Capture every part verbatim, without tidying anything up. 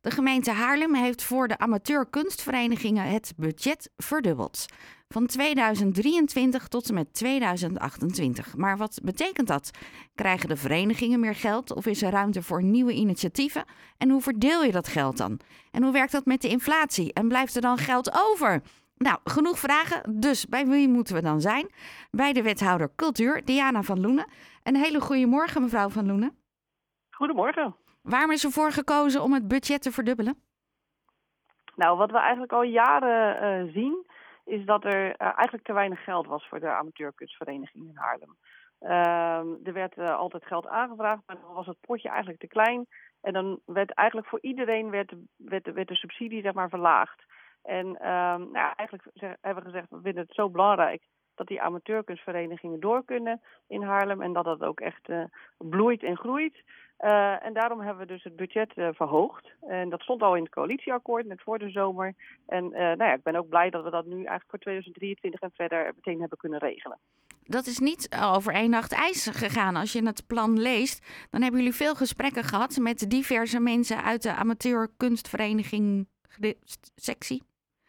De gemeente Haarlem heeft voor de amateurkunstverenigingen het budget verdubbeld. Van tweeduizend drieëntwintig tot en met tweeduizend achtentwintig. Maar wat betekent dat? Krijgen de verenigingen meer geld of is er ruimte voor nieuwe initiatieven? En hoe verdeel je dat geld dan? En hoe werkt dat met de inflatie? En blijft er dan geld over? Nou, genoeg vragen. Dus bij wie moeten we dan zijn? Bij de wethouder cultuur, Diana van Loenen. Een hele goede morgen, mevrouw van Loenen. Goedemorgen. Waarom is er voor gekozen om het budget te verdubbelen? Nou, wat we eigenlijk al jaren uh, zien, is dat er uh, eigenlijk te weinig geld was voor de amateurkunstvereniging in Haarlem. Uh, er werd uh, altijd geld aangevraagd, maar dan was het potje eigenlijk te klein. En dan werd eigenlijk voor iedereen werd, werd, werd de subsidie zeg maar verlaagd. En uh, nou, eigenlijk zeg, hebben we gezegd, we vinden het zo belangrijk dat die amateurkunstverenigingen door kunnen in Haarlem. En dat dat ook echt uh, bloeit en groeit. Uh, en daarom hebben we dus het budget uh, verhoogd. En dat stond al in het coalitieakkoord, net voor de zomer. En uh, nou ja, ik ben ook blij dat we dat nu eigenlijk voor tweeduizend drieëntwintig en verder meteen hebben kunnen regelen. Dat is niet over één nacht ijs gegaan. Als je het plan leest, dan hebben jullie veel gesprekken gehad met diverse mensen uit de amateurkunstvereniging sectie.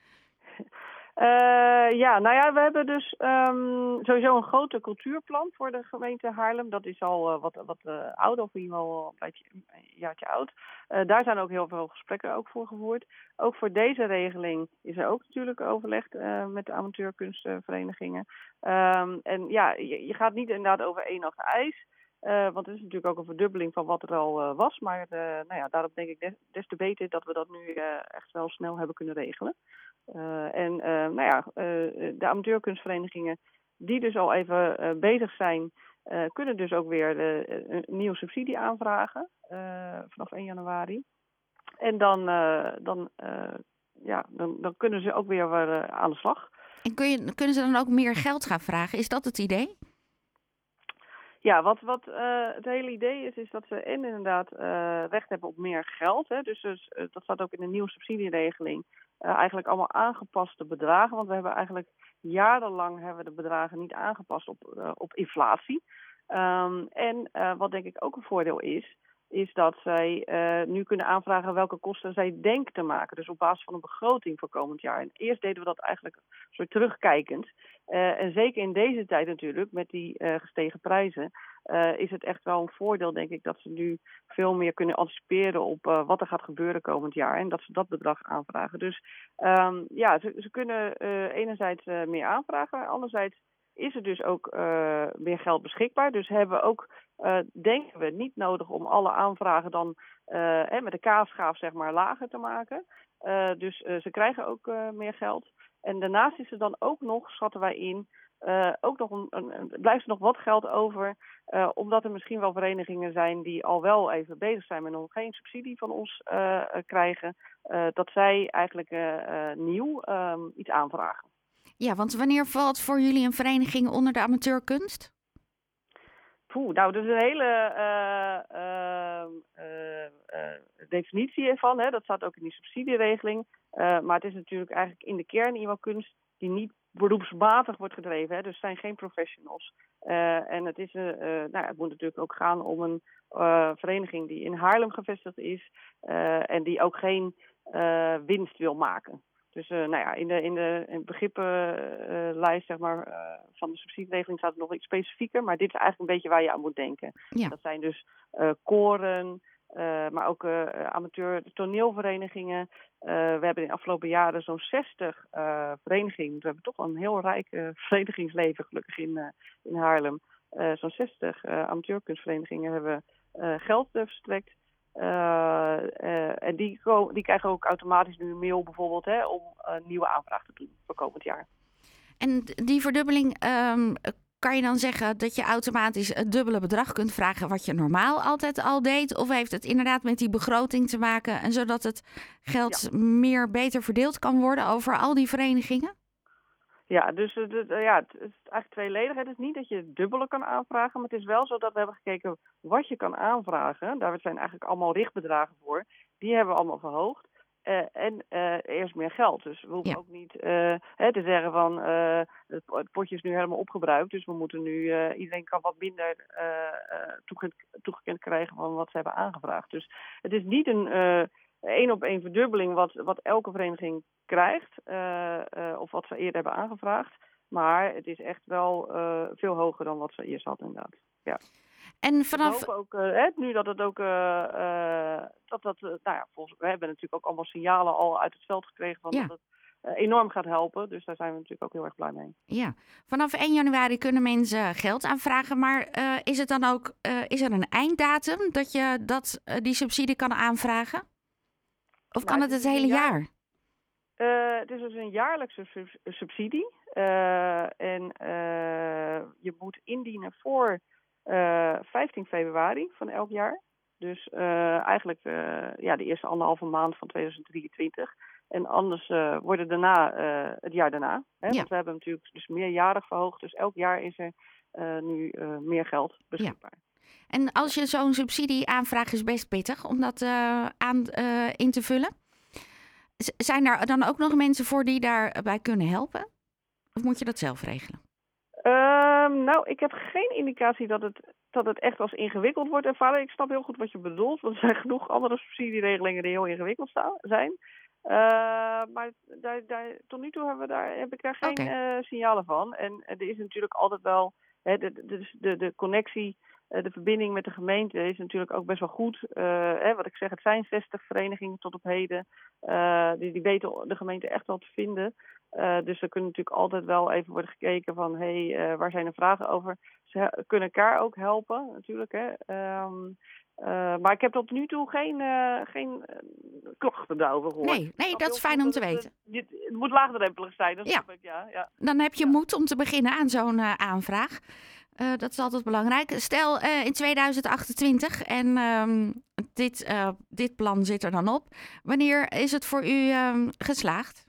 Uh, ja, nou ja, we hebben dus um, sowieso een grote cultuurplan voor de gemeente Haarlem. Dat is al uh, wat, wat uh, ouder, of in ieder geval een, beetje, een jaartje oud. Uh, daar zijn ook heel veel gesprekken ook voor gevoerd. Ook voor deze regeling is er ook natuurlijk overlegd uh, met de amateurkunstverenigingen. Um, en ja, je, je gaat niet inderdaad over één nacht ijs. Uh, want het is natuurlijk ook een verdubbeling van wat er al uh, was. Maar uh, nou ja, daarom denk ik des, des te beter dat we dat nu uh, echt wel snel hebben kunnen regelen. Uh, en uh, nou ja, uh, de amateurkunstverenigingen die dus al even uh, bezig zijn, uh, kunnen dus ook weer uh, een nieuwe subsidie aanvragen uh, vanaf één januari. En dan, uh, dan, uh, ja, dan, dan kunnen ze ook weer uh, aan de slag. En kun je, kunnen ze dan ook meer geld gaan vragen? Is dat het idee? Ja, wat, wat uh, het hele idee is, is dat ze en inderdaad uh, recht hebben op meer geld. Hè. Dus, dus uh, dat staat ook in de nieuwe subsidieregeling. Uh, eigenlijk allemaal aangepaste bedragen. Want we hebben eigenlijk jarenlang hebben we de bedragen niet aangepast op, uh, op inflatie. Um, en uh, wat denk ik ook een voordeel is, is dat zij uh, nu kunnen aanvragen welke kosten zij denken te maken. Dus op basis van een begroting voor komend jaar. En eerst deden we dat eigenlijk een soort terugkijkend. Uh, en zeker in deze tijd natuurlijk, met die uh, gestegen prijzen, uh, is het echt wel een voordeel, denk ik, dat ze nu veel meer kunnen anticiperen op uh, wat er gaat gebeuren komend jaar. En dat ze dat bedrag aanvragen. Dus um, ja, ze, ze kunnen uh, enerzijds uh, meer aanvragen, anderzijds is er dus ook uh, meer geld beschikbaar. Dus hebben we ook, uh, denken we, niet nodig om alle aanvragen dan uh, hè, met de kaasschaaf zeg maar lager te maken. Uh, dus uh, ze krijgen ook uh, meer geld. En daarnaast is er dan ook nog, schatten wij in, uh, ook nog een, een, blijft er nog wat geld over. Uh, omdat er misschien wel verenigingen zijn die al wel even bezig zijn, maar nog geen subsidie van ons uh, krijgen. Uh, dat zij eigenlijk uh, uh, nieuw um, iets aanvragen. Ja, want wanneer valt voor jullie een vereniging onder de amateurkunst? Poeh, nou, dat is een hele uh, uh, uh, uh, definitie ervan. Hè. Dat staat ook in die subsidieregeling. Uh, maar het is natuurlijk eigenlijk in de kern iemand kunst die niet beroepsmatig wordt gedreven. Hè. Dus het zijn geen professionals. Uh, en het, is, uh, uh, nou ja, het moet natuurlijk ook gaan om een uh, vereniging die in Haarlem gevestigd is. Uh, en die ook geen uh, winst wil maken. Dus uh, nou ja, in de, in de in begrippenlijst uh, zeg maar, uh, van de subsidieregeling staat het nog iets specifieker. Maar dit is eigenlijk een beetje waar je aan moet denken. Ja. Dat zijn dus uh, koren, uh, maar ook uh, amateur toneelverenigingen. Uh, we hebben in de afgelopen jaren zo'n zestig uh, verenigingen. We hebben toch wel een heel rijk uh, verenigingsleven gelukkig in, uh, in Haarlem. Uh, zo'n zestig uh, amateurkunstverenigingen hebben uh, geld uh, verstrekt. Uh, uh, en die, ko- die krijgen ook automatisch nu een mail bijvoorbeeld hè, om een nieuwe aanvraag te doen voor komend jaar. En die verdubbeling, um, kan je dan zeggen dat je automatisch het dubbele bedrag kunt vragen wat je normaal altijd al deed? Of heeft het inderdaad met die begroting te maken en zodat het geld ja. meer beter verdeeld kan worden over al die verenigingen? Ja, dus uh, uh, ja, het is eigenlijk tweeledig. Het is niet dat je het dubbele kan aanvragen, maar het is wel zo dat we hebben gekeken wat je kan aanvragen. Daar zijn eigenlijk allemaal richtbedragen voor. Die hebben we allemaal verhoogd. Uh, en uh, eerst meer geld. Dus we hoeven ja. ook niet uh, hè, te zeggen van uh, het, het potje is nu helemaal opgebruikt. Dus we moeten nu, uh, iedereen kan wat minder uh, toegekend, toegekend krijgen van wat ze hebben aangevraagd. Dus het is niet een, uh, één op één verdubbeling wat, wat elke vereniging krijgt. Uh, uh, of wat ze eerder hebben aangevraagd. Maar het is echt wel uh, veel hoger dan wat ze eerst hadden inderdaad. Ja. En vanaf... We ook, uh, hè, nu dat het ook... Uh, uh, dat, dat, uh, nou ja, volgens, we hebben natuurlijk ook allemaal signalen al uit het veld gekregen van ja. dat het uh, enorm gaat helpen. Dus daar zijn we natuurlijk ook heel erg blij mee. Ja, vanaf één januari kunnen mensen geld aanvragen. Maar uh, is het dan ook, uh, is er een einddatum dat je dat, uh, die subsidie kan aanvragen? Of nou, kan het het, het hele jaar? jaar? Uh, het is dus een jaarlijkse sub- subsidie. Uh, en uh, je moet indienen voor uh, vijftien februari van elk jaar. Dus uh, eigenlijk uh, ja, de eerste anderhalve maand van tweeduizend drieëntwintig. En anders uh, worden daarna uh, het jaar daarna. Hè? Ja. Want we hebben natuurlijk dus meerjarig verhoogd. Dus elk jaar is er uh, nu uh, meer geld beschikbaar. Ja. En als je zo'n subsidie aanvraagt, is best pittig om dat uh, aan, uh, in te vullen. Z- zijn er dan ook nog mensen voor die daarbij kunnen helpen? Of moet je dat zelf regelen? Uh, nou, ik heb geen indicatie dat het, dat het echt als ingewikkeld wordt ervaren. Ik snap heel goed wat je bedoelt. Want er zijn genoeg andere subsidieregelingen die heel ingewikkeld staan, zijn. Uh, maar daar, daar, tot nu toe hebben we daar, heb ik daar geen okay. uh, signalen van. En er is natuurlijk altijd wel hè, de, de, de, de connectie, uh, de verbinding met de gemeente is natuurlijk ook best wel goed. Uh, hè, wat ik zeg, het zijn zestig verenigingen tot op heden. Uh, die, die weten de gemeente echt wel te vinden. Uh, dus er kunnen natuurlijk altijd wel even worden gekeken van, hé, hey, uh, waar zijn er vragen over? Ze kunnen elkaar ook helpen, natuurlijk. Hè. Um, uh, maar ik heb tot nu toe geen, uh, geen uh, klachten daarover gehoord. Nee, nee dat is fijn om te weten. Het, het moet laagdrempelig zijn, dat ja. snap ik, ja, ja. Dan heb je ja. moed om te beginnen aan zo'n uh, aanvraag. Uh, dat is altijd belangrijk. Stel uh, in tweeduizend achtentwintig en um, dit, uh, dit plan zit er dan op. Wanneer is het voor u um, geslaagd?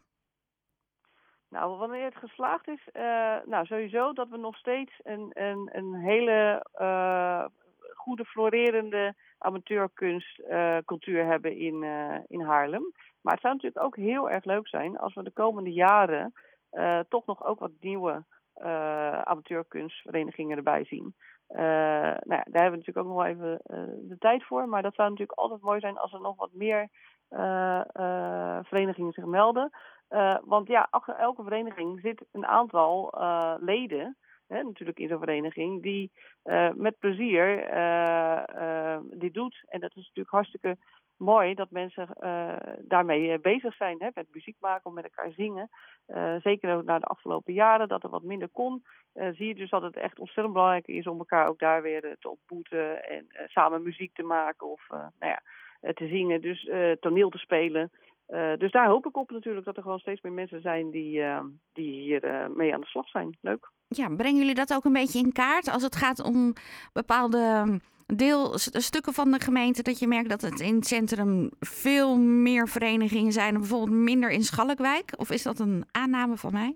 Nou, wanneer het geslaagd is, uh, nou sowieso dat we nog steeds een, een, een hele uh, goede florerende amateurkunstcultuur uh, hebben in, uh, in Haarlem. Maar het zou natuurlijk ook heel erg leuk zijn als we de komende jaren uh, toch nog ook wat nieuwe uh, amateurkunstverenigingen erbij zien. Uh, nou ja, daar hebben we natuurlijk ook nog wel even uh, de tijd voor. Maar dat zou natuurlijk altijd mooi zijn als er nog wat meer uh, uh, verenigingen zich melden. Uh, want ja, achter elke vereniging zit een aantal uh, leden, hè, natuurlijk in zo'n vereniging, die uh, met plezier uh, uh, dit doet. En dat is natuurlijk hartstikke mooi dat mensen uh, daarmee uh, bezig zijn, hè, met muziek maken of met elkaar zingen. Uh, zeker ook na de afgelopen jaren dat er wat minder kon. Uh, zie je dus dat het echt ontzettend belangrijk is om elkaar ook daar weer uh, te ontmoeten en uh, samen muziek te maken of uh, nou ja, uh, te zingen, dus uh, toneel te spelen. Uh, dus daar hoop ik op natuurlijk dat er gewoon steeds meer mensen zijn die, uh, die hier uh, mee aan de slag zijn. Leuk. Ja, brengen jullie dat ook een beetje in kaart als het gaat om bepaalde deelstukken van de gemeente, dat je merkt dat het in het centrum veel meer verenigingen zijn en bijvoorbeeld minder in Schalkwijk? Of is dat een aanname van mij?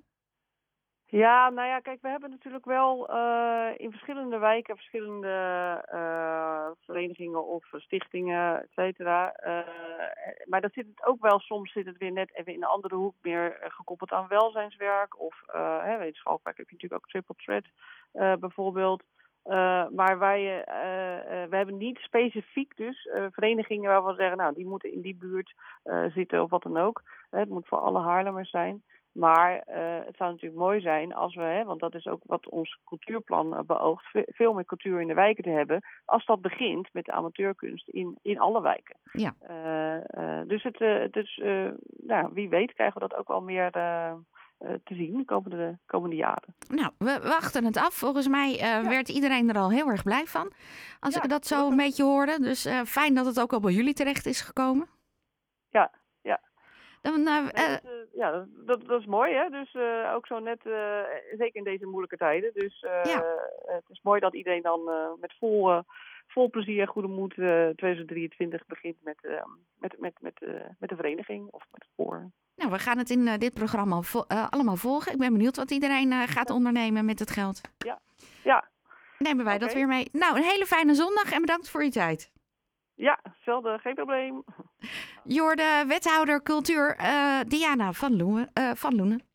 Ja, nou ja, kijk, we hebben natuurlijk wel uh, in verschillende wijken verschillende uh, verenigingen of stichtingen, et cetera. Uh, maar dat zit het ook wel, soms zit het weer net even in een andere hoek meer uh, gekoppeld aan welzijnswerk. Of uh, hè, weet je, Schalkwijk heb je natuurlijk ook Triple Threat uh, bijvoorbeeld. Uh, maar wij, uh, uh, we hebben niet specifiek dus uh, verenigingen waarvan we zeggen, nou, die moeten in die buurt uh, zitten of wat dan ook. Uh, het moet voor alle Haarlemmers zijn. Maar uh, het zou natuurlijk mooi zijn als we, hè, want dat is ook wat ons cultuurplan uh, beoogt, ve- veel meer cultuur in de wijken te hebben, als dat begint met de amateurkunst in, in alle wijken. Ja. Uh, uh, dus het, uh, het is, uh, nou, wie weet krijgen we dat ook wel meer uh, uh, te zien de komende, komende jaren. Nou, we wachten het af. Volgens mij uh, ja. werd iedereen er al heel erg blij van, als ja, ik dat zo een beetje hoorde. Dus uh, fijn dat het ook al bij jullie terecht is gekomen. Ja, ja. Dan, uh, nee, dat, uh, ja, dat, dat, dat is mooi, hè? Dus uh, ook zo net, uh, zeker in deze moeilijke tijden. Dus uh, ja. het is mooi dat iedereen dan uh, met vol, uh, vol plezier en goede moed uh, tweeduizend drieëntwintig begint met, uh, met, met, met, uh, met de vereniging of met het koor. Nou, we gaan het in uh, dit programma vo- uh, allemaal volgen. Ik ben benieuwd wat iedereen uh, gaat ja. ondernemen met het geld. Ja, ja. Nemen wij okay. dat weer mee. Nou, een hele fijne zondag en bedankt voor je tijd. Ja, hetzelfde, geen probleem. Jorde, wethouder cultuur, uh, Diana van Loenen. Uh, van Loenen.